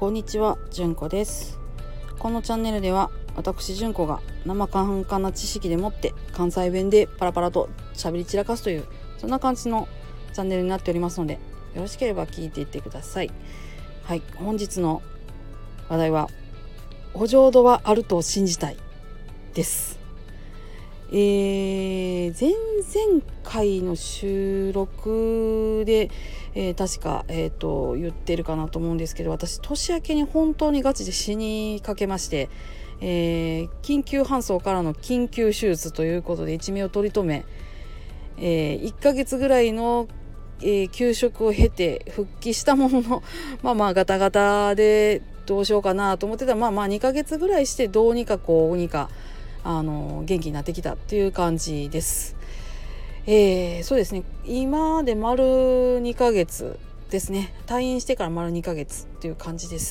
こんにちは、じゅんこです。このチャンネルでは私じゅんこが生半可な知識でもって関西弁でパラパラと喋り散らかすという、そんな感じのチャンネルになっておりますので、よろしければ聞いていってください。はい、本日の話題は補助度はあると信じたいです。前々回の収録で、確か、言ってるかなと思うんですけど、私年明けに本当にガチで死にかけまして、緊急搬送からの緊急手術ということで一命を取り留め、1ヶ月ぐらいの、休職を経て復帰したもののガタガタでどうしようかなと思ってたら2ヶ月ぐらいしてどうにか元気になってきたっていう感じです。そうですね、今で丸2ヶ月ですね。退院してから丸2ヶ月っていう感じです。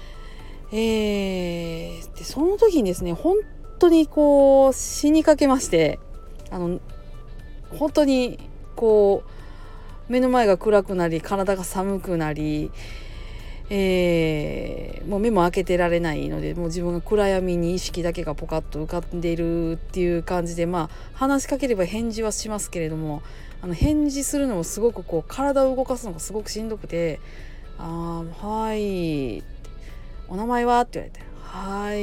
でその時にですね、本当に死にかけまして、本当に目の前が暗くなり体が寒くなり、もう目も開けてられないので、もう自分が暗闇に意識だけがポカッと浮かんでいるっていう感じで、話しかければ返事はしますけれども、返事するのもすごく体を動かすのがすごくしんどくて、はい、お名前はって言われて、はい、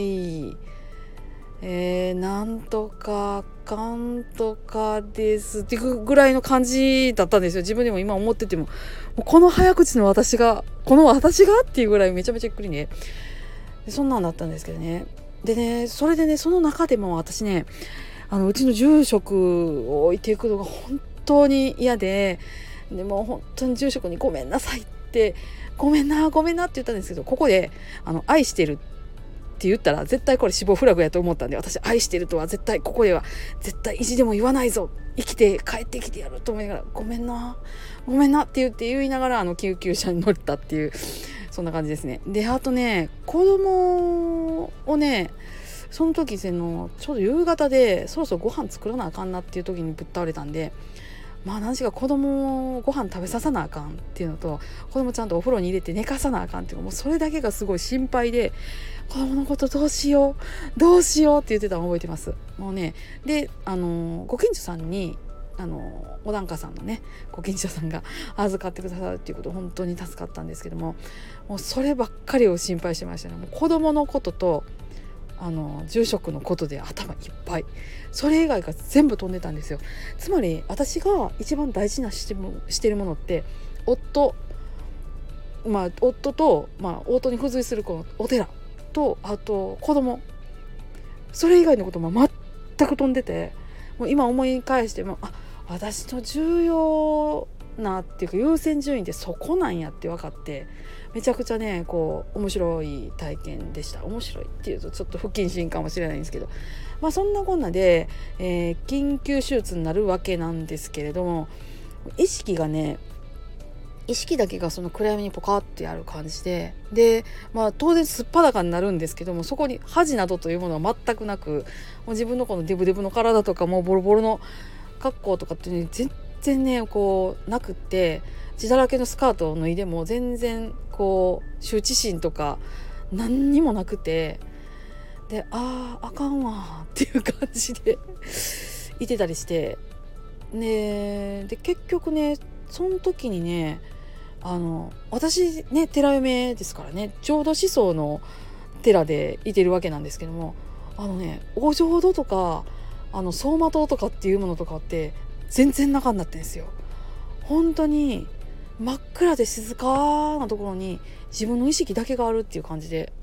なんとかかんとかですっていうぐらいの感じだったんですよ。自分でも今思ってても、この早口の私がっていうぐらいめちゃめちゃゆっくりね、そんなんだったんですけどね。でね、それでね、その中でも私ね、うちの住職を置いていくのが本当に嫌で、も本当に住職にごめんなさいって、ごめんなって言ったんですけど、ここで愛してるって言ったら絶対これ死亡フラグやと思ったんで、私愛してるとは絶対ここでは絶対意地でも言わないぞ、生きて帰ってきてやると思いながら、ごめんなって言いながら救急車に乗ったっていう、そんな感じですね。で、あとね、子供をね、その時ちょうど夕方でそろそろご飯作らなあかんなっていう時にぶっ倒れたんで、何しか子供をご飯食べささなあかんっていうのと、子供ちゃんとお風呂に入れて寝かさなあかんっていうの、もうそれだけがすごい心配で、子供のことどうしようって言ってたのを覚えてます。もうね、でご近所さんにお檀家さんのね、ご近所さんが預かってくださるっていうこと本当に助かったんですけども、もうそればっかりを心配してましたね。もう子供のことと住職のことで頭いっぱい、それ以外が全部飛んでたんですよ。つまり私が一番大事なしてるものって夫と、夫に付随するこのお寺と、あと子供、それ以外のことも全く飛んでて、もう今思い返しても、私の重要なっていうか優先順位ってそこなんやって分かって、めちゃくちゃね面白い体験でした。面白いっていうとちょっと不謹慎かもしれないんですけど、そんなこんなで、緊急手術になるわけなんですけれども、意識だけがその暗闇にポカってやる感じで、当然すっぱだかになるんですけども、そこに恥などというものは全くなく、もう自分のこのデブデブの体とかもうボロボロの格好とかっていうの全然ねなくって、血だらけのスカートを脱いでも全然羞恥心とか何にもなくて、であかんわっていう感じでいてたりして、で結局ね、その時にね、私ね寺嫁ですからね、浄土思想の寺でいてるわけなんですけども、お浄土とか走馬灯とかっていうものとかって全然なかったんですよ。本当に真っ暗で静かなところに自分の意識だけがあるっていう感じで、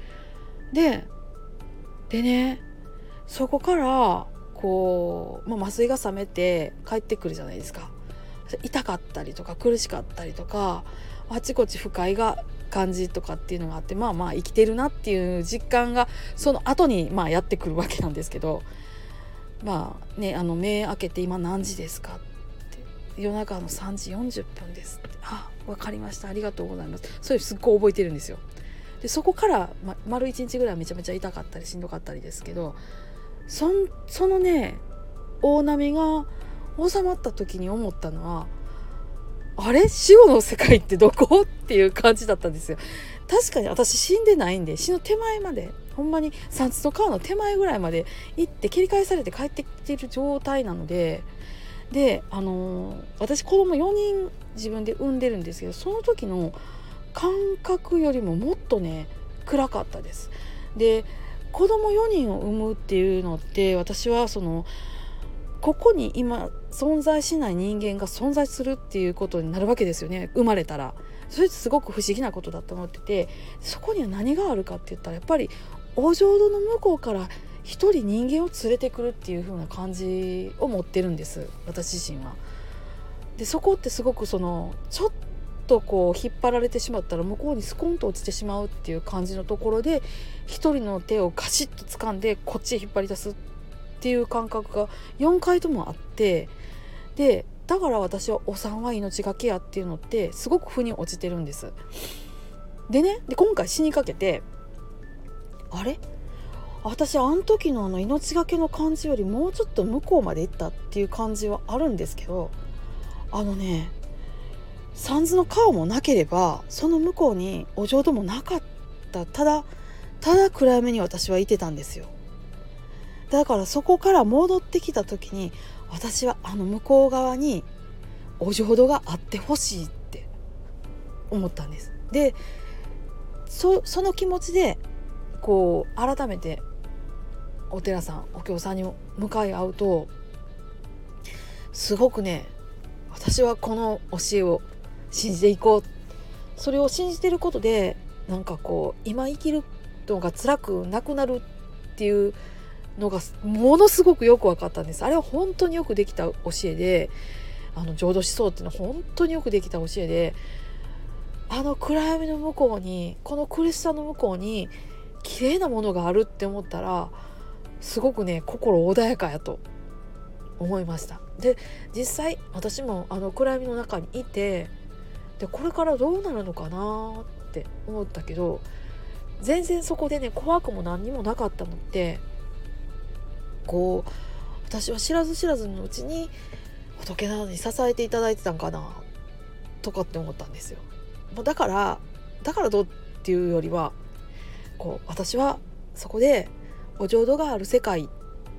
でね、そこから麻酔が覚めて帰ってくるじゃないですか。痛かったりとか苦しかったりとか、あちこち不快が感じとかっていうのがあって、生きてるなっていう実感がその後にやってくるわけなんですけど、目開けて今何時ですかって、夜中の3時40分ですって、わかりました、ありがとうございます、それすっごい覚えてるんですよ。でそこから、丸1日ぐらいはめちゃめちゃ痛かったりしんどかったりですけど、そのね大波が収まった時に思ったのは、 あれ死後の世界ってどこっていう感じだったんですよ。確かに私死んでないんで、死の手前まで、ほんまに三途の川の手前ぐらいまで行って切り返されて帰ってきてる状態なので、で私子供4人自分で産んでるんですけど、その時の感覚よりももっとね暗かったです。で子供4人を産むっていうのって、私はここに今存在しない人間が存在するっていうことになるわけですよね、生まれたら。それってすごく不思議なことだと思ってて、そこには何があるかって言ったら、やっぱりお浄土の向こうから一人人間を連れてくるっていう風な感じを持ってるんです、私自身は。でそこってすごくちょっとこう引っ張られてしまったら向こうにスコンと落ちてしまうっていう感じのところで、一人の手をガシッと掴んでこっちへ引っ張り出すっていう感覚が4回ともあって、でだから私はお産は命がけやっていうのってすごく腑に落ちてるんです。で今回死にかけて、あれ私あの時の命がけの感じよりもうちょっと向こうまで行ったっていう感じはあるんですけど、三途の川もなければその向こうにお浄土もなかった、ただ暗闇に私はいてたんですよ。だからそこから戻ってきた時に、私は向こう側にお浄土があってほしいって思ったんです。でその気持ちでこう改めてお寺さんお経さんに向かい合うと、すごくね、私はこの教えを信じていこう、それを信じてることでなんかこう今生きるのが辛くなくなるっていうのがものすごくよく分かったんです。あれは本当によくできた教えで、浄土思想っていうのは本当によくできた教えで、暗闇の向こうに、この苦しさの向こうに綺麗なものがあるって思ったら、すごくね心穏やかやと思いました。で実際私も暗闇の中にいて、でこれからどうなるのかなって思ったけど、全然そこでね怖くも何にもなかったのって、こう私は知らず知らずのうちに仏なのに支えていただいてたんかなとかって思ったんですよ。だからどうっていうよりは、こう私はそこでお浄土がある世界、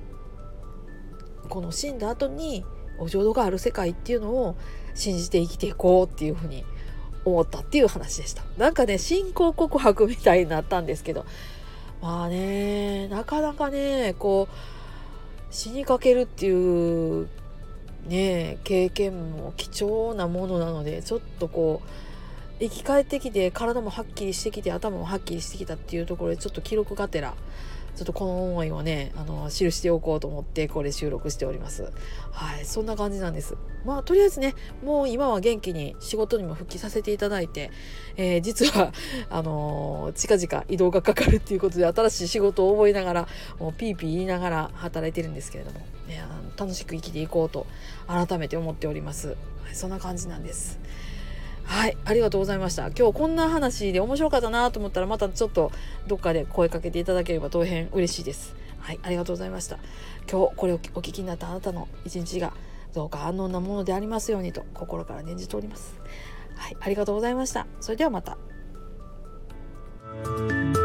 この死んだ後にお浄土がある世界っていうのを信じて生きていこうっていうふうに思ったっていう話でした。なんかね信仰告白みたいになったんですけど、まあねなかなかねこう死にかけるっていうね経験も貴重なものなので、ちょっとこう生き返ってきて体もはっきりしてきて頭もはっきりしてきたっていうところで、ちょっと記録がてらちょっとこの思いをね記しておこうと思ってこれ収録しております。はい、そんな感じなんです。まあとりあえずねもう今は元気に仕事にも復帰させていただいて、実は近々移動がかかるっていうことで新しい仕事を覚えながらもうピーピー言いながら働いてるんですけれども、ね、楽しく生きていこうと改めて思っております。はい、そんな感じなんです。はい、ありがとうございました。今日こんな話で面白かったなと思ったら、またちょっとどっかで声かけていただければ大変嬉しいです。はい、ありがとうございました。今日これをお聞きになったあなたの一日がどうか安穏なものでありますようにと心から念じております。はい、ありがとうございました。それではまた。